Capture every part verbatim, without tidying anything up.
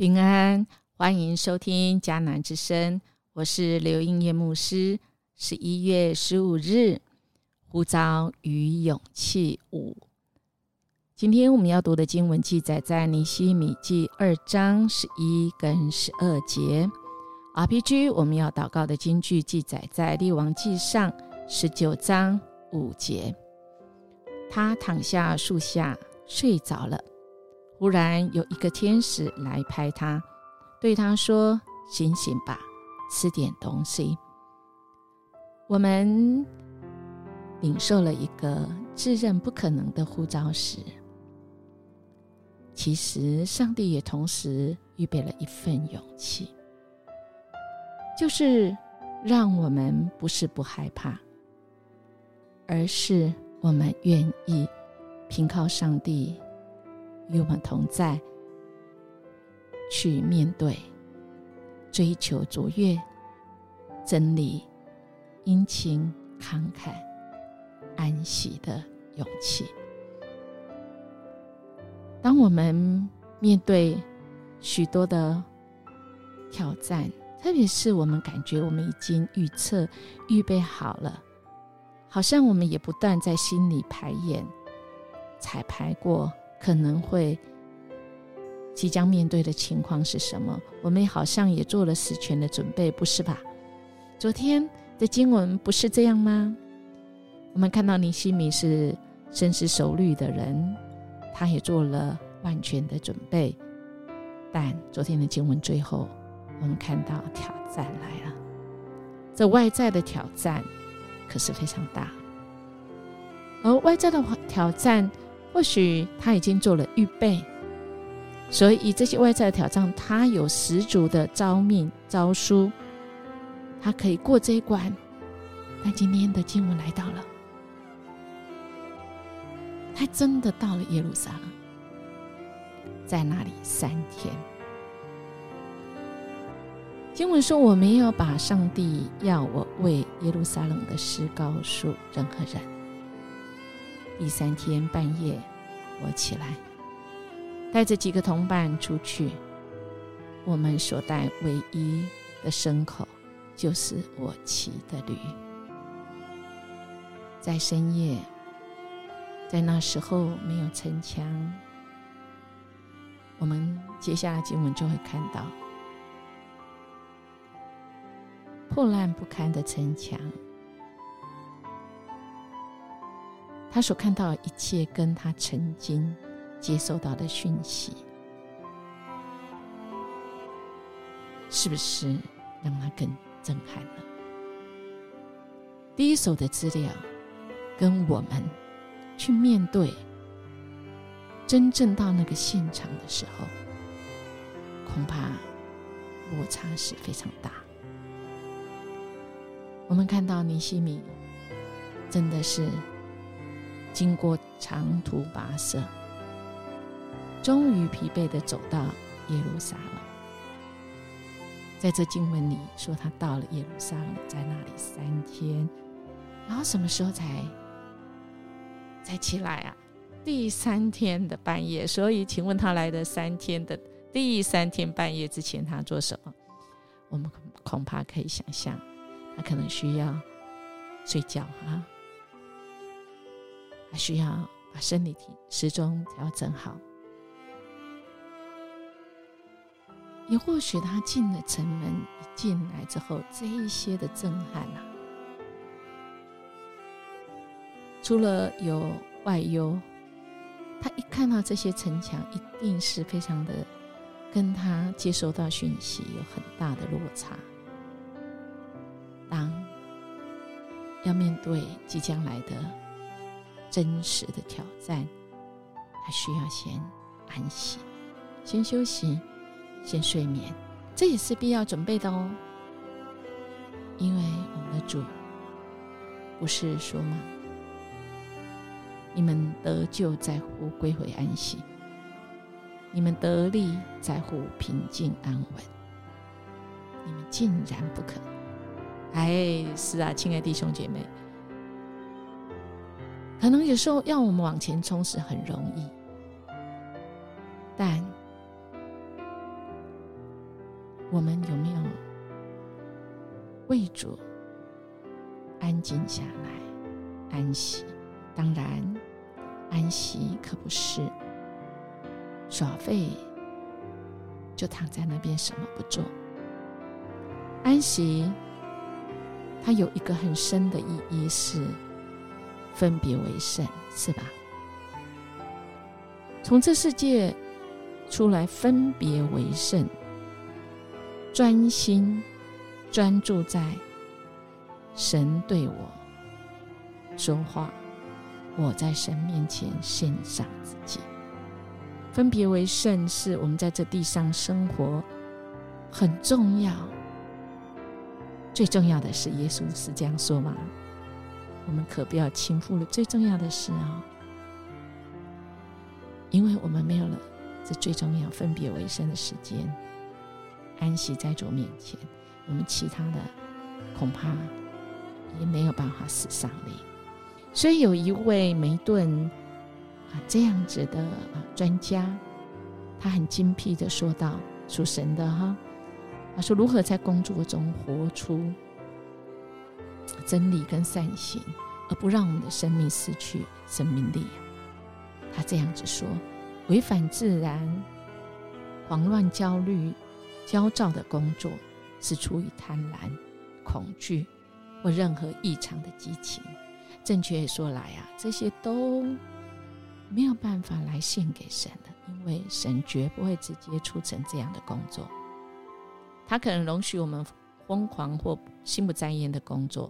平安，欢迎收听迦南之声，我是刘英叶牧师。十一月十五日，呼召与勇气五。今天我们要读的经文记载在尼希米记二章十一跟十二节。R P G 我们要祷告的金句记载在列王记上十九章五节。他躺下树下睡着了，忽然有一个天使来拍他，对他说：醒醒吧，吃点东西。我们领受了一个自认不可能的呼召时，其实上帝也同时预备了一份勇气，就是让我们不是不害怕，而是我们愿意凭靠上帝与我们同在，去面对追求卓越真理、殷勤、慷慨、安息的勇气。当我们面对许多的挑战，特别是我们感觉我们已经预测预备好了，好像我们也不断在心里排演彩排过可能会即将面对的情况是什么，我们好像也做了十全的准备，不是吧？昨天的经文不是这样吗？我们看到尼希米是深思熟虑的人，他也做了万全的准备，但昨天的经文最后我们看到挑战来了，这外在的挑战可是非常大，而外在的挑战或许他已经做了预备，所以这些外在的挑战他有十足的招命招书，他可以过这一关。但今天的经文来到了，他真的到了耶路撒冷，在那里三天。经文说，我没有把上帝要我为耶路撒冷的事告诉任何人。第三天半夜，我起来，带着几个同伴出去，我们所带唯一的牲口就是我骑的驴。在深夜，在那时候没有城墙，我们接下来经文就会看到破烂不堪的城墙，他所看到的一切跟他曾经接受到的讯息，是不是让他更震撼了？第一手的资料跟我们去面对真正到那个现场的时候，恐怕落差是非常大。我们看到尼希米真的是经过长途跋涉，终于疲惫地走到耶路撒冷。在这经文里说他到了耶路撒冷，在那里三天，然后什么时候才才起来啊？第三天的半夜。所以请问他来的三天的第三天半夜之前他做什么？我们恐怕可以想象，他可能需要睡觉啊，还需要把生理体时钟调整好，也或许他进了城门，一进来之后这一些的震撼啊，除了有外忧，他一看到这些城墙一定是非常的跟他接收到讯息有很大的落差。当要面对即将来的真实的挑战，他需要先安息，先休息，先睡眠，这也是必要准备的哦。因为我们的主不是说吗，你们得救在乎归回安息，你们得力在乎平静安稳，你们竟然不肯。哎，是啊，亲爱的弟兄姐妹，可能有时候要我们往前冲是很容易，但我们有没有为主安静下来安息？当然安息可不是耍废就躺在那边什么不做。安息它有一个很深的意义，是分别为圣，是吧？从这世界出来分别为圣，专心专注在神对我说话，我在神面前献上自己。分别为圣是我们在这地上生活很重要，最重要的是，耶稣是这样说吗？我们可不要轻忽了最重要的事哦，因为我们没有了这最重要分别为圣的时间，安息在主面前，我们其他的恐怕也没有办法使上力。所以有一位梅顿、啊、这样子的、啊、专家，他很精辟的说到，属神的哈，他说如何在工作中活出真理跟善行，而不让我们的生命失去生命力。他这样子说，违反自然、慌乱、焦虑、焦躁的工作是出于贪婪、恐惧或任何异常的激情。正确说来啊，这些都没有办法来献给神的，因为神绝不会直接促成这样的工作。他可能容许我们疯狂或心不在焉的工作，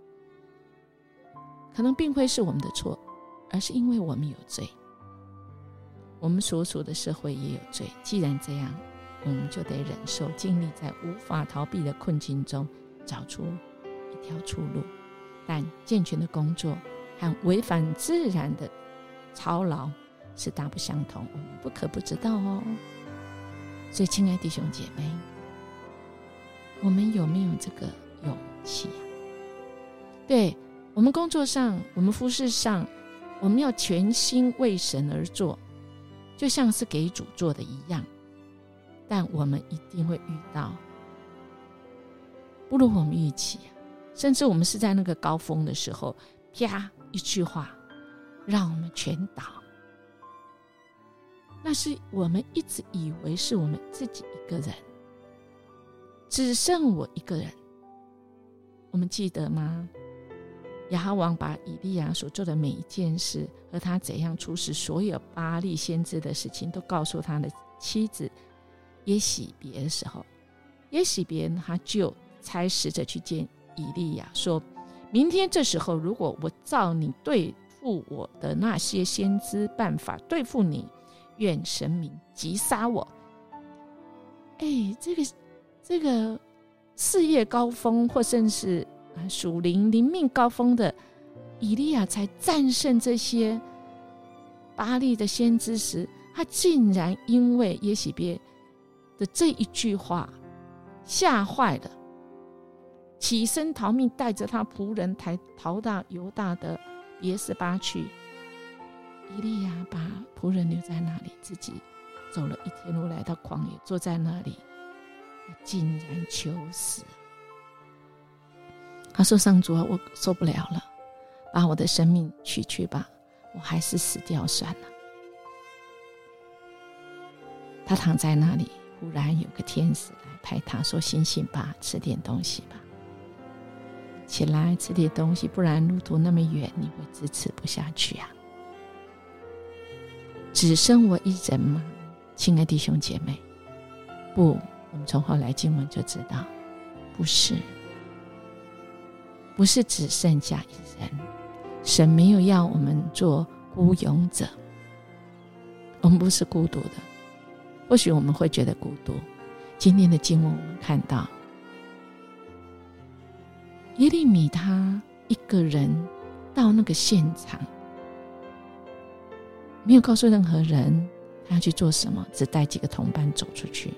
可能并非是我们的错，而是因为我们有罪，我们所属的社会也有罪。既然这样，我们就得忍受，尽力在无法逃避的困境中找出一条出路。但健全的工作和违反自然的操劳是大不相同，我们不可不知道哦。所以亲爱的弟兄姐妹，我们有没有这个勇气啊？对，我们工作上，我们服事上，我们要全心为神而做，就像是给主做的一样。但我们一定会遇到不如我们预期啊，甚至我们是在那个高峰的时候，啪一句话让我们全倒。那是我们一直以为是我们自己一个人，只剩我一个人。我们记得吗？亚哈王把以利亚所做的每一件事和他怎样处死所有巴力先知的事情都告诉他的妻子耶洗别的时候，耶洗别他就差使者去见以利亚，说明天这时候，如果我照你对付我的那些先知办法对付你，愿神明击杀我。哎，这个这个事业高峰或甚至属灵灵命高峰的以利亚才战胜这些巴力的先知时，他竟然因为耶洗别的这一句话吓坏了，起身逃命，带着他仆人逃到犹大的别是巴去。以利亚把仆人留在那里，自己走了一天路来到旷野，坐在那里竟然求死。他说，上主啊，我受不了了，把我的生命取去吧，我还是死掉算了。他躺在那里，忽然有个天使来拍他说，醒醒吧，吃点东西吧，起来吃点东西，不然路途那么远，你会支持不下去啊。只剩我一人吗？亲爱的弟兄姐妹，不，我们从后来经文就知道，不是，不是只剩下一人。神没有要我们做孤勇者，我们不是孤独的。或许我们会觉得孤独，今天的经文我们看到耶利米他一个人到那个现场，没有告诉任何人他要去做什么，只带几个同伴走出去，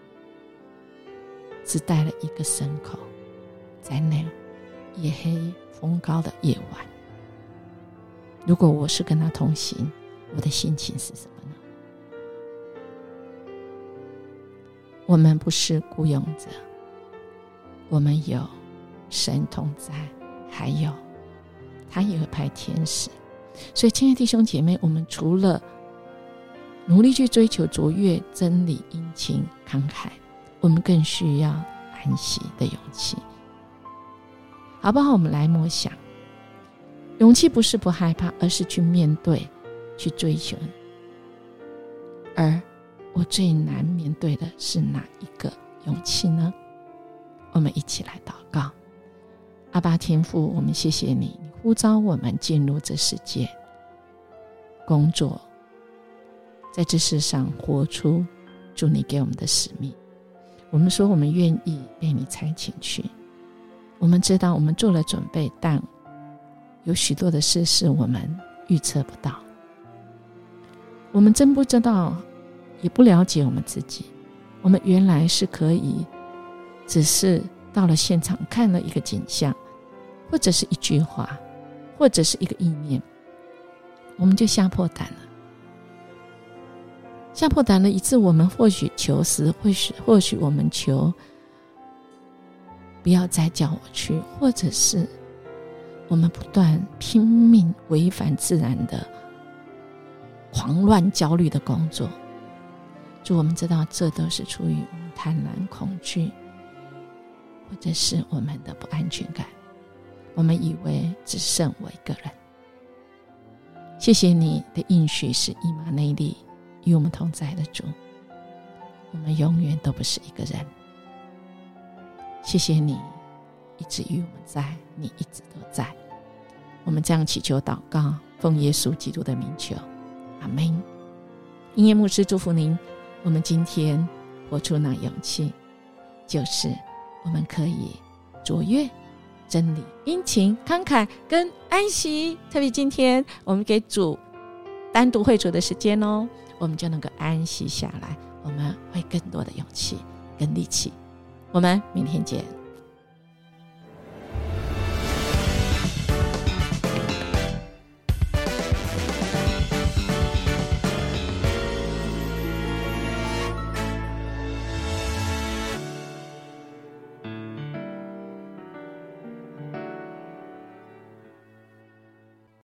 只带了一个牲口，在那夜黑风高的夜晚。如果我是跟他同行，我的心情是什么呢？ 我们不是孤勇者，我们有神同在，还有他也会派天使。所以亲爱的弟兄姐妹，我们除了努力去追求卓越真理、殷勤慷慨，我们更需要安息的勇气。好不好？我们来默想，勇气不是不害怕，而是去面对，去追求。而我最难面对的是哪一个勇气呢？我们一起来祷告。阿爸天父，我们谢谢你，你呼召我们进入这世界工作，在这世上活出主你给我们的使命。我们说我们愿意被你差遣去，我们知道我们做了准备，但有许多的事是我们预测不到，我们真不知道，也不了解我们自己。我们原来是可以只是到了现场看了一个景象，或者是一句话，或者是一个意念，我们就吓破胆了吓破胆了以致我们或许求死，或许或许我们求不要再叫我去，或者是我们不断拼命违反自然的狂乱焦虑的工作。主，我们知道这都是出于我们贪婪恐惧，或者是我们的不安全感，我们以为只剩我一个人。谢谢你的应许是以马内利，与我们同在的主，我们永远都不是一个人。谢谢你一直与我们在，你一直都在。我们这样祈求祷告，奉耶稣基督的名求，阿们。音乐牧师祝福您，我们今天活出那勇气，就是我们可以卓越真理、殷勤、慷慨跟安息。特别今天我们给主单独会主的时间哦，我们就能够安息下来，我们会更多的勇气跟力气。我们明天见。